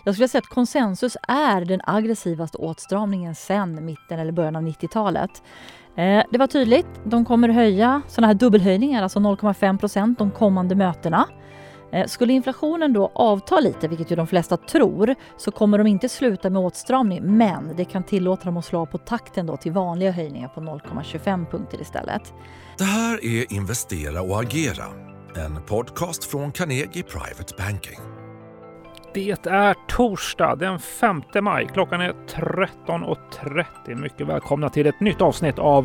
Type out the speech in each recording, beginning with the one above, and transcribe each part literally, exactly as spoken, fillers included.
Jag skulle säga att konsensus är den aggressivaste åtstramningen sedan mitten eller början av nittiotalet. Eh, det var tydligt, de kommer höja sådana här dubbelhöjningar, alltså noll komma fem procent de kommande mötena. Eh, skulle inflationen då avta lite, vilket ju de flesta tror, så kommer de inte sluta med åtstramning, men det kan tillåta dem att slå på takten då till vanliga höjningar på noll komma tjugofem punkter istället. Det här är Investera och agera, en podcast från Carnegie Private Banking. Det är torsdag den femte maj. Klockan är tretton och trettio. Mycket välkomna till ett nytt avsnitt av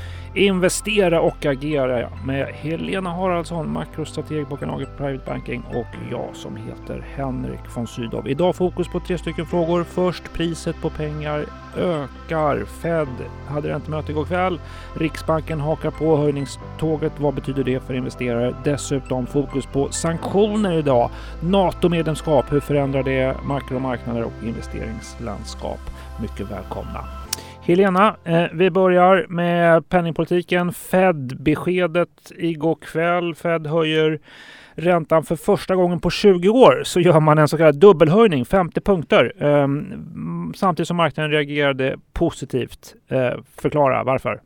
Investera och agera med Helena Haraldsson, makrostrateg på Carnegie Private Banking, och jag som heter Henrik von Sydow. Idag fokus på tre stycken frågor. Först, priset på pengar ökar. Fed hade räntemöte igår kväll. Riksbanken hakar på höjningståget. Vad betyder det för investerare? Dessutom fokus på sanktioner idag. NATO-medlemskap, hur förändrar det makromarknader och investeringslandskap? Mycket välkomna. Helena, eh, vi börjar med penningpolitiken. Fed-beskedet igår kväll. Fed höjer räntan för första gången på tjugo år. Så gör man en så kallad dubbelhöjning, femtio punkter. Eh, samtidigt som marknaden reagerade positivt. Eh, förklara varför.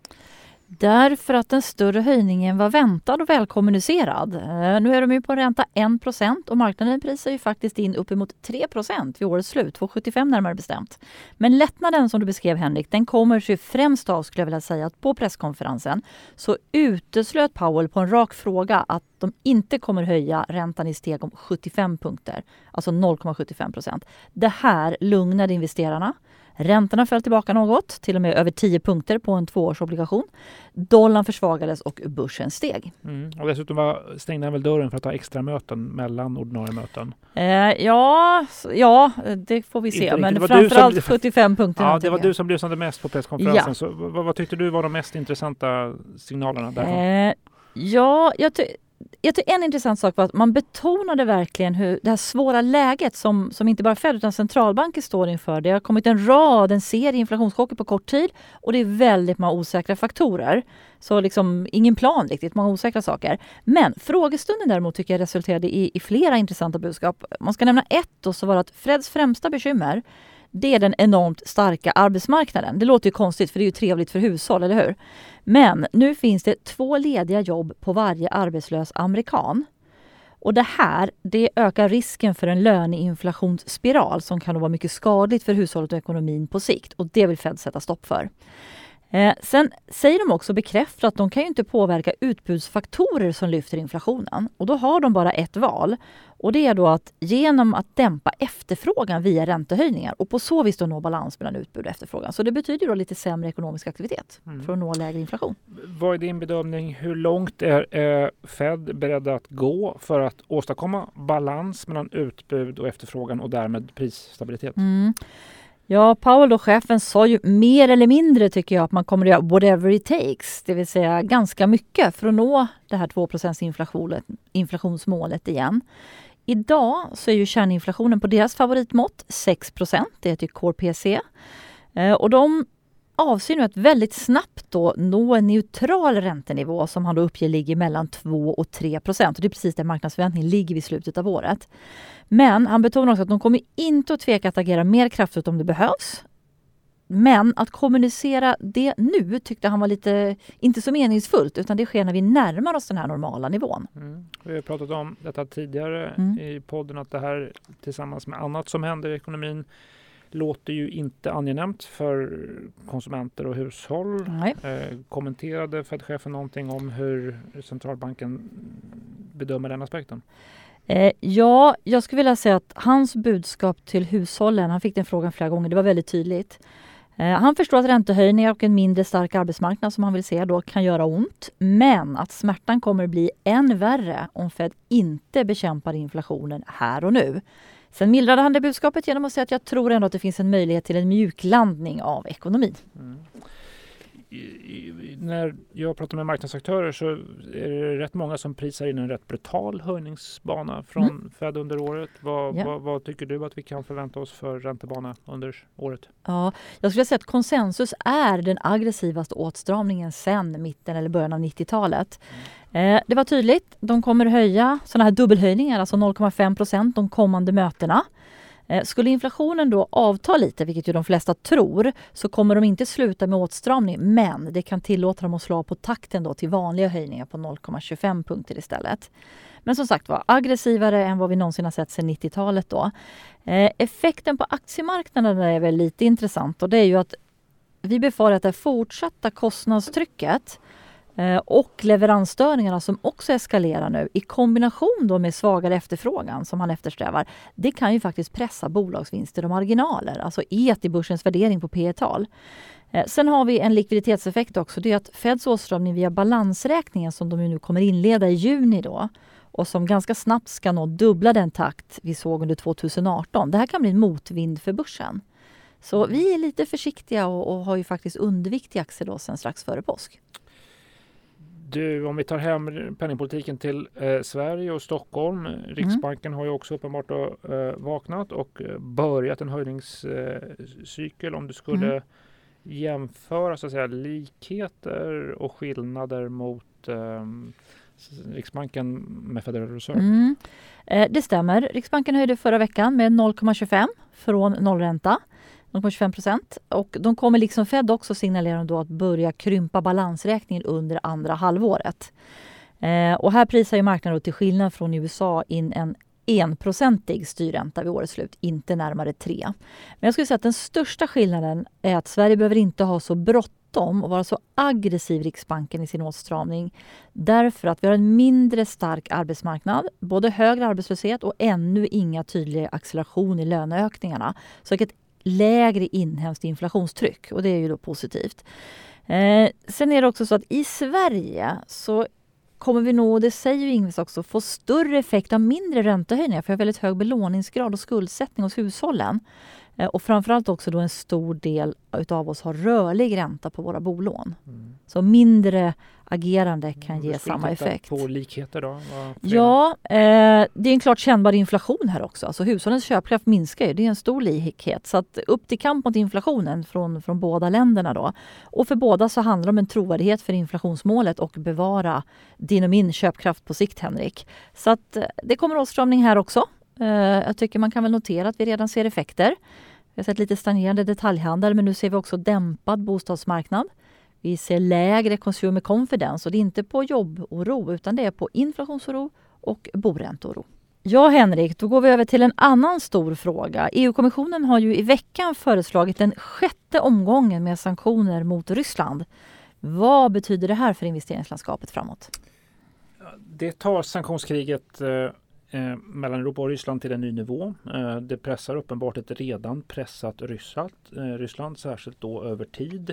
Därför att den större höjningen var väntad och välkommunicerad. Eh, nu är de ju på ränta en procent och marknaden prisar ju faktiskt in uppemot tre procent vid årets slut, två komma sjuttiofem närmare bestämt. Men lättnaden som du beskrev, Henrik, den kommer sig främst av, skulle jag vilja säga, att på presskonferensen så uteslöt Powell på en rak fråga att de inte kommer höja räntan i steg om sjuttiofem punkter, alltså noll komma sjuttiofem procent. Det här lugnade investerarna. Räntorna föll tillbaka något, till och med över tio punkter på en tvåårsobligation. Dollarn försvagades och börsen steg. Mm. Och dessutom var, stängde han väl dörren för att ha extra möten mellan ordinarie möten? Eh, ja, ja, det får vi se. Inte men riktigt. framförallt som, sjuttiofem punkter. Ja, det var du som lyssnade mest på presskonferensen. Ja. Så, vad, vad tyckte du var de mest intressanta signalerna därifrån? Eh, ja, jag tycker... Jag tycker en intressant sak var att man betonade verkligen hur det här svåra läget som, som inte bara Fed utan centralbanker står inför. Det har kommit en rad, en serie inflationschocker på kort tid och det är väldigt många osäkra faktorer. Så liksom ingen plan riktigt, många osäkra saker. Men frågestunden däremot tycker jag resulterade i, i flera intressanta budskap. Man ska nämna ett och så var det att Freds främsta bekymmer, det är den enormt starka arbetsmarknaden. Det låter ju konstigt för det är ju trevligt för hushåll, eller hur? Men nu finns det två lediga jobb på varje arbetslös amerikan. Och det här, det ökar risken för en löneinflationsspiral som kan vara mycket skadligt för hushållet och ekonomin på sikt. Och det vill Fed sätta stopp för. Eh, sen säger de också bekräftar att de kan ju inte påverka utbudsfaktorer som lyfter inflationen. Och då har de bara ett val. Och det är då att genom att dämpa efterfrågan via räntehöjningar och på så vis då nå balans mellan utbud och efterfrågan. Så det betyder då lite sämre ekonomisk aktivitet mm. för att nå lägre inflation. Vad är din bedömning? Hur långt är eh, Fed beredd att gå för att åstadkomma balans mellan utbud och efterfrågan och därmed prisstabilitet? Mm. Ja, Powell då, chefen, sa ju mer eller mindre tycker jag att man kommer att göra whatever it takes. Det vill säga ganska mycket för att nå det här två procent inflationsmålet igen. Idag så är ju kärninflationen på deras favoritmått sex procent. Det heter ju Core P C. Eh, och de avser nu att väldigt snabbt då nå en neutral räntenivå som han då uppger ligger mellan två och tre procent. Och det är precis där marknadsförväntningen ligger vid slutet av året. Men han betonar också att de kommer inte att tveka att agera mer kraftfullt om det behövs. Men att kommunicera det nu tyckte han var lite inte så meningsfullt, utan det sker när vi närmar oss den här normala nivån. Mm. Vi har pratat om detta tidigare mm. i podden, att det här tillsammans med annat som händer i ekonomin låter ju inte angenämt för konsumenter och hushåll. Eh, kommenterade Fed-chefen någonting om hur centralbanken bedömer den aspekten? Eh, ja, jag skulle vilja säga att hans budskap till hushållen, han fick den frågan flera gånger, det var väldigt tydligt. Eh, han förstår att räntehöjningar och en mindre stark arbetsmarknad som han vill se då kan göra ont. Men att smärtan kommer att bli än värre om Fed inte bekämpar inflationen här och nu. Sen mildrade han det budskapet genom att säga att jag tror ändå att det finns en möjlighet till en mjuklandning av ekonomin. Mm. I, i, när jag pratar med marknadsaktörer så är det rätt många som prisar in en rätt brutal höjningsbana från mm. Fed under året. Vad, ja. vad, vad tycker du att vi kan förvänta oss för räntebana under året? Ja, jag skulle säga att konsensus är den aggressivaste åtstramningen sedan mitten eller början av nittiotalet. Mm. Eh, det var tydligt, de kommer höja sådana här dubbelhöjningar, alltså noll komma fem procent de kommande mötena. Skulle inflationen då avta lite, vilket ju de flesta tror, så kommer de inte sluta med åtstramning, men det kan tillåta dem att slå på takten då till vanliga höjningar på noll komma tjugofem punkter istället. Men som sagt var, aggressivare än vad vi någonsin har sett sedan nittiotalet då. Eh, effekten på aktiemarknaden är väl lite intressant, och det är ju att vi befarar att det fortsatta kostnadstrycket eh, och leveransstörningarna som också eskalerar nu i kombination då med svagare efterfrågan som han eftersträvar, det kan ju faktiskt pressa bolagsvinster och marginaler, alltså E T i börsens värdering på P E-tal. Eh, sen har vi en likviditetseffekt också, det är att Feds åtstramning via balansräkningen som de nu kommer inleda i juni då, och som ganska snabbt ska nå dubbla den takt vi såg under tjugoarton. Det här kan bli en motvind för börsen. Så vi är lite försiktiga och, och har ju faktiskt undervikt i aktier då sen strax före påsk. Du, om vi tar hem penningpolitiken till eh, Sverige och Stockholm. Riksbanken mm. har ju också uppenbart eh, vaknat och börjat en höjningscykel. Eh, om du skulle mm. jämföra så att säga, likheter och skillnader mot eh, Riksbanken med Federal Reserve. Mm. Eh, det stämmer. Riksbanken höjde förra veckan med noll komma tjugofem från nollränta. noll komma tjugofem procent. Och de kommer liksom Fed också signalera då att börja krympa balansräkningen under andra halvåret. Eh, och här prisar ju marknaden till skillnad från U S A in en enprocentig styrränta vid årets slut, inte närmare tre. Men jag skulle säga att den största skillnaden är att Sverige behöver inte ha så bråttom och vara så aggressiv Riksbanken i sin åtstramning. Därför att vi har en mindre stark arbetsmarknad, både högre arbetslöshet och ännu inga tydliga acceleration i löneökningarna. Så ett lägre inhemskt inflationstryck, och det är ju då positivt. Eh, sen är det också så att i Sverige så kommer vi nog, det säger ju Ingves också, få större effekt av mindre räntehöjningar för väldigt hög belåningsgrad och skuldsättning hos hushållen. Eh, och framförallt också då en stor del av oss har rörlig ränta på våra bolån. Mm. Så mindre agerande kan mm, ge samma effekt. På likheter då? Ja, eh, det är en klart kännbar inflation här också. Alltså hushållens köpkraft minskar ju, det är en stor likhet. Så att upp till kamp mot inflationen från, från båda länderna då. Och för båda så handlar det om en trovärdighet för inflationsmålet och bevara din och min köpkraft på sikt, Henrik. Så att det kommer åtstramning här också. Eh, jag tycker man kan väl notera att vi redan ser effekter. Vi har sett lite stagnerande detaljhandel, men nu ser vi också dämpad bostadsmarknad. Vi ser lägre consumer confidence, och det är inte på jobboro utan det är på inflationsoro och boränteoro. Ja, Henrik, då går vi över till en annan stor fråga. E U-kommissionen har ju i veckan föreslagit den sjätte omgången med sanktioner mot Ryssland. Vad betyder det här för investeringslandskapet framåt? Det tar sanktionskriget eh, mellan Europa och Ryssland till en ny nivå. Eh, det pressar uppenbart ett redan pressat Ryssland, eh, Ryssland särskilt då över tid.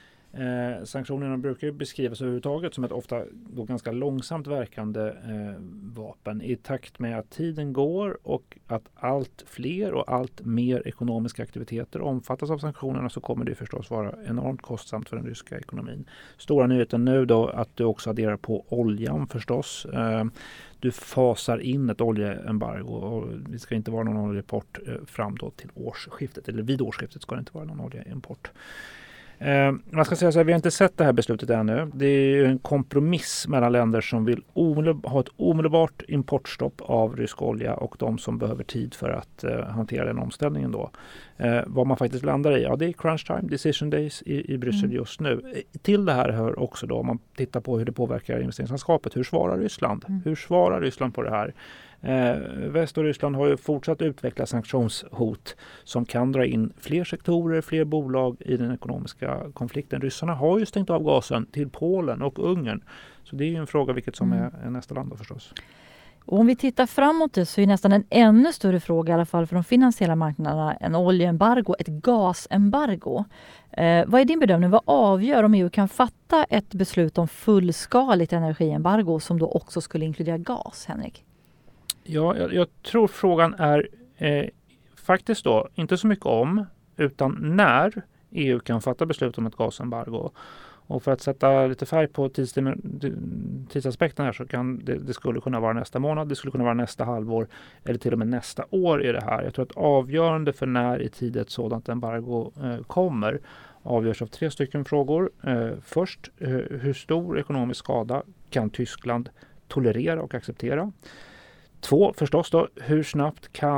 Eh, sanktionerna brukar ju beskrivas överhuvudtaget som ett ofta då ganska långsamt verkande eh, vapen. I takt med att tiden går och att allt fler och allt mer ekonomiska aktiviteter omfattas av sanktionerna, så kommer det förstås vara enormt kostsamt för den ryska ekonomin. Stora nyheten nu då att du också adderar på oljan förstås. Eh, du fasar in ett oljeembargo, och det ska inte vara någon oljeimport eh, fram då till årsskiftet, eller vid årsskiftet ska det inte vara någon oljeimport. Eh, man ska säga så här, vi har inte sett det här beslutet ännu. Det är ju en kompromiss mellan länder som vill omedelb- ha ett omedelbart importstopp av rysk olja och de som behöver tid för att eh, hantera den omställningen då. Eh, vad man faktiskt landar i, ja det är crunch time, decision days i, i Bryssel mm. just nu. Eh, till det här hör också då, om man tittar på hur det påverkar investeringslandskapet, hur svarar Ryssland? Mm. Hur svarar Ryssland på det här? Eh, Väst och Ryssland har ju fortsatt utveckla sanktionshot som kan dra in fler sektorer, fler bolag i den ekonomiska konflikten. Ryssarna har ju stängt av gasen till Polen och Ungern. Så det är ju en fråga vilket som mm. är, är nästa land då förstås. Och om vi tittar framåt så är nästan en ännu större fråga i alla fall för de finansiella marknaderna än oljeembargo, ett gasembargo. Eh, vad är din bedömning? Vad avgör om E U kan fatta ett beslut om fullskaligt energiembargo som då också skulle inkludera gas, Henrik? Ja, jag, jag tror frågan är eh, faktiskt då inte så mycket om utan när E U kan fatta beslut om ett gasembargo. Och för att sätta lite färg på tids, tidsaspekten här så kan det, det skulle kunna vara nästa månad, det skulle kunna vara nästa halvår eller till och med nästa år i det här. Jag tror att avgörande för när i tid ett sådant embargo eh, kommer avgörs av tre stycken frågor. Eh, först, eh, hur stor ekonomisk skada kan Tyskland tolerera och acceptera? Två, förstås då, hur snabbt kan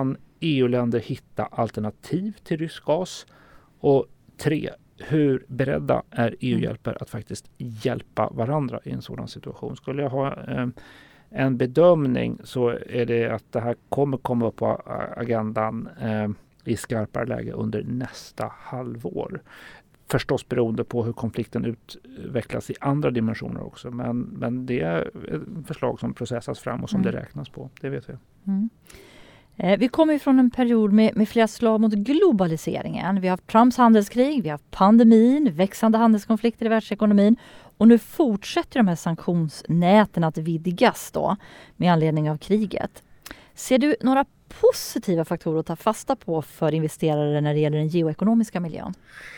E U-länder hitta alternativ till rysk gas? Och tre, hur beredda är E U-hjälper att faktiskt hjälpa varandra i en sådan situation? Skulle jag ha eh, en bedömning så är det att det här kommer komma upp på agendan eh, i skarpare läge under nästa halvår. Förstås beroende på hur konflikten utvecklas i andra dimensioner också. Men, men det är ett förslag som processas fram och som mm. det räknas på. Det vet vi. Mm. Eh, vi kommer från en period med, med flera slag mot globaliseringen. Vi har haft Trumps handelskrig, vi har haft pandemin, växande handelskonflikter i världsekonomin. Och nu fortsätter de här sanktionsnäten att vidgas då med anledning av kriget. Ser du några positiva faktorer att ta fasta på för investerare när det gäller den geoekonomiska miljön?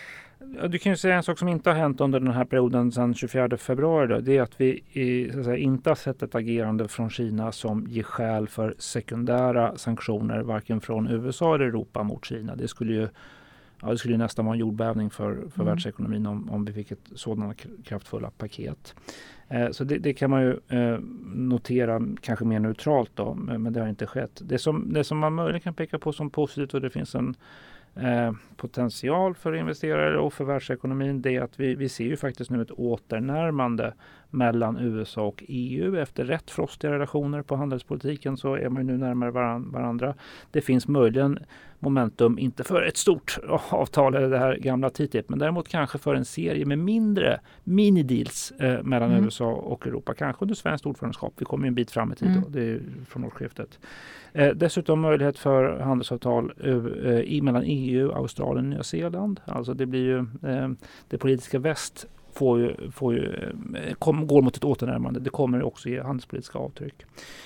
Ja, du kan ju säga en sak som inte har hänt under den här perioden sedan tjugofjärde februari. Då. Det är att vi i, så att säga, inte har sett ett agerande från Kina som ger skäl för sekundära sanktioner varken från U S A eller Europa mot Kina. Det skulle ju, ja, det skulle nästan vara en jordbävning för, för mm. världsekonomin om, om vi fick ett sådana kraftfulla paket. Eh, så det, det kan man ju eh, notera kanske mer neutralt då, men, men det har inte skett. Det som, det som man möjligen kan peka på som positivt, och det finns en Eh, potential för investerare och för världsekonomin, det är att vi, vi ser ju faktiskt nu ett åternärmande mellan U S A och E U. Efter rätt frostiga relationer på handelspolitiken så är man nu närmare varan, varandra. Det finns möjligen momentum, inte för ett stort avtal eller det här gamla T T I P, men däremot kanske för en serie med mindre mini-deals eh, mellan mm. U S A och Europa. Kanske under svenskt ordförandeskap. Vi kommer ju en bit fram i tid då. Mm. Det är från årsskiftet. Eh, dessutom möjlighet för handelsavtal eh, i mellan E U, Australien och Nya Zeeland. Alltså det blir ju eh, det politiska väst får ju, får ju, eh, kom, går mot ett åternärmande. Det kommer också ge handelspolitiska avtryck.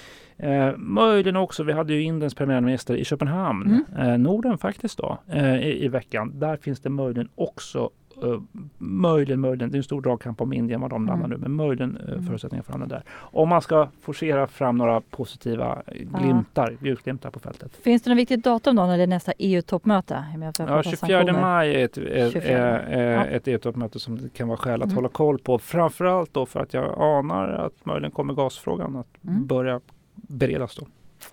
Eh, möjligen också, vi hade ju Indiens premiärminister i Köpenhamn, mm. eh, Norden faktiskt då, eh, i, i veckan. Där finns det möjligen också Uh, möjligen, möjligen, det är en stor dragkamp om Indien vad de landar mm. nu, men möjligen uh, mm. förutsättningar för andra där. Om man ska forcera fram några positiva glimtar, ljusglimtar på fältet. Finns det något viktigt datum då när det är nästa E U-toppmöte? Ja, tjugofjärde maj är ett, ett, är, är ja. ett E U-toppmöte som det kan vara skäl att mm. hålla koll på. Framförallt då för att jag anar att möjligen kommer gasfrågan att mm. börja beredas då.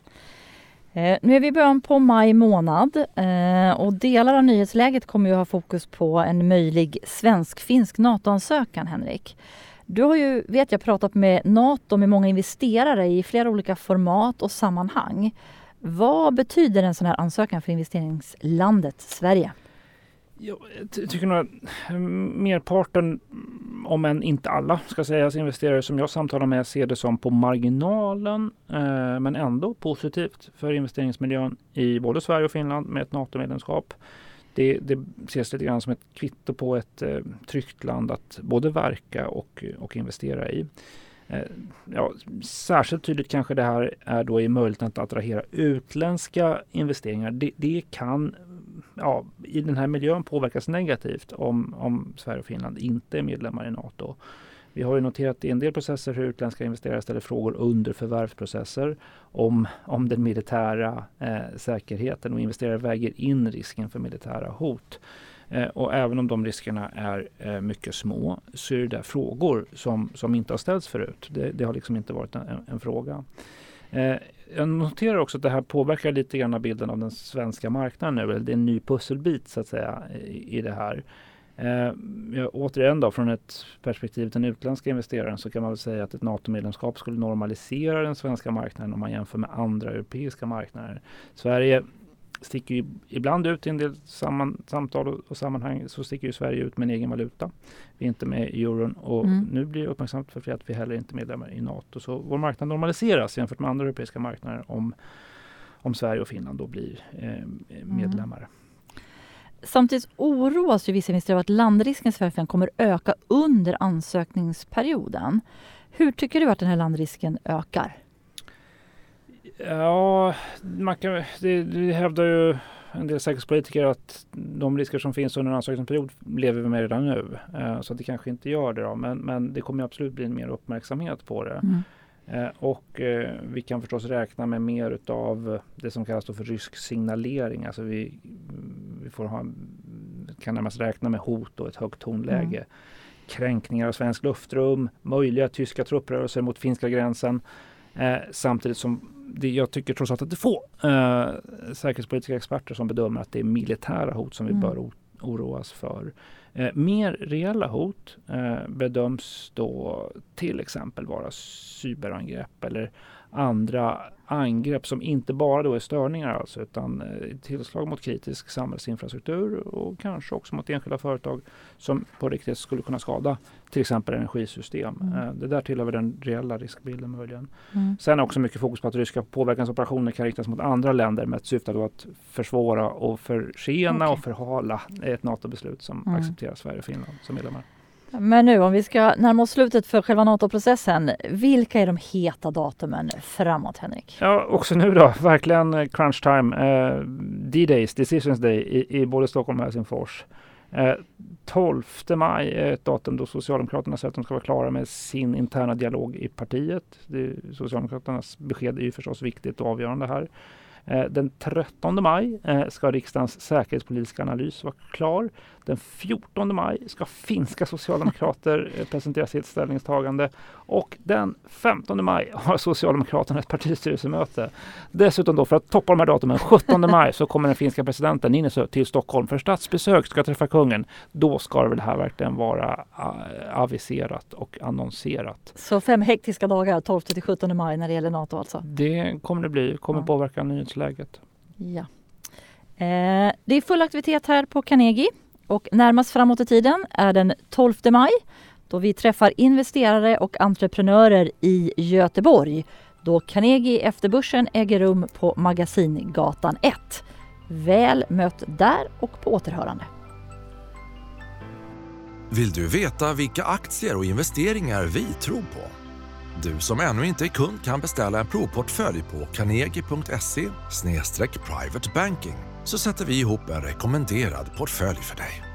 Eh, nu är vi i början på maj månad eh, och delar av nyhetsläget kommer ju ha fokus på en möjlig svensk-finsk NATO-ansökan, Henrik. Du har ju, vet jag, pratat med NATO med många investerare i flera olika format och sammanhang. Vad betyder en sån här ansökan för investeringslandet Sverige? Jag tycker nog att merparten, om än inte alla, ska sägas, investerare som jag samtalar med ser det som på marginalen eh, men ändå positivt för investeringsmiljön i både Sverige och Finland med ett NATO-medlemskap. Det, det ses lite grann som ett kvitto på ett eh, tryggt land att både verka och, och investera i. Eh, ja, särskilt tydligt kanske det här är då i möjligheten att attrahera utländska investeringar. Det, det kan ja, i den här miljön påverkas negativt om, om Sverige och Finland inte är medlemmar i NATO. Vi har ju noterat i en del processer hur utländska investerare ställer frågor under förvärvsprocesser om, om den militära eh, säkerheten, och investerare väger in risken för militära hot. Eh, och även om de riskerna är eh, mycket små så är det frågor som, som inte har ställts förut. Det, det har liksom inte varit en, en fråga. Eh, jag noterar också att det här påverkar lite grann bilden av den svenska marknaden nu. Eller det är en ny pusselbit så att säga i, i det här. Eh, ja, återigen då, från ett perspektiv till den utländska investeraren så kan man väl säga att ett NATO-medlemskap skulle normalisera den svenska marknaden om man jämför med andra europeiska marknader. Sverige sticker ju ibland ut i en del samman, samtal och, och sammanhang, så sticker ju Sverige ut med en egen valuta. Vi är inte med i euron och mm. nu blir det uppmärksamt för att vi heller inte är medlemmar i NATO. Så vår marknad normaliseras jämfört med andra europeiska marknader om, om Sverige och Finland då blir eh, medlemmar. Mm. Samtidigt oroas ju vissa investerare att landrisken i Sverige kommer öka under ansökningsperioden. Hur tycker du att den här landrisken ökar? Ja, man kan, det, det hävdar ju en del säkerhetspolitiker att de risker som finns under en ansökningsperiod lever vi med redan nu. Eh, så det kanske inte gör det då, men, men det kommer absolut bli en mer uppmärksamhet på det. Mm. Eh, och eh, vi kan förstås räkna med mer utav det som kallas då för rysk signalering. Alltså vi, vi får ha, kan närmast räkna med hot och ett högt tonläge. Mm. Kränkningar av svensk luftrum, möjliga tyska trupprörelser mot finska gränsen. Eh, samtidigt som det, jag tycker trots allt att det är få eh, säkerhetspolitiska experter som bedömer att det är militära hot som vi mm. bör o- oroas för. Eh, mer reella hot eh, bedöms då till exempel vara cyberangrepp eller andra angrepp som inte bara då är störningar alltså, utan eh, tillslag mot kritisk samhällsinfrastruktur och kanske också mot enskilda företag som på riktigt skulle kunna skada till exempel energisystem. Mm. Eh, det där tillhör den reella riskbilden möjligen. Mm. Sen också mycket fokus på att ryska påverkansoperationer kan riktas mot andra länder med ett syfte då att försvåra och försena okay. och förhala ett NATO-beslut som mm. accepterar Sverige och Finland som medlemmar. Men nu om vi ska närma oss slutet för själva NATO-processen, vilka är de heta datumen framåt, Henrik? Ja, också nu då, verkligen crunch time. Eh, D-Days, Decisions Day i, i både Stockholm och Helsingfors. Eh, tolfte maj är ett datum då Socialdemokraterna säger att de ska vara klara med sin interna dialog i partiet. Det, Socialdemokraternas besked är ju förstås viktigt och avgörande här. Den trettonde maj ska riksdagens säkerhetspolitiska analys vara klar. Den fjortonde maj ska finska socialdemokrater presentera sitt ställningstagande. Och den femtonde maj har Socialdemokraterna ett partistyrelsemöte. Dessutom då, för att toppa de här datumen, sjuttonde maj så kommer den finska presidenten Niinistö till Stockholm för statsbesök, ska träffa kungen. Då ska det väl här verkligen vara aviserat och annonserat. Så fem hektiska dagar, tolfte till sjuttonde maj när det gäller NATO alltså? Det kommer det bli, kommer ja. påverka nyhetsläget. Ja. Eh, det är full aktivitet här på Carnegie och närmast framåt i tiden är den tolfte maj då vi träffar investerare och entreprenörer i Göteborg då Carnegie Efterbörsen äger rum på Magasingatan ett. Väl mött där och på återhörande. Vill du veta vilka aktier och investeringar vi tror på? Du som ännu inte är kund kan beställa en provportfölj på carnegie punkt se slash private banking så sätter vi ihop en rekommenderad portfölj för dig.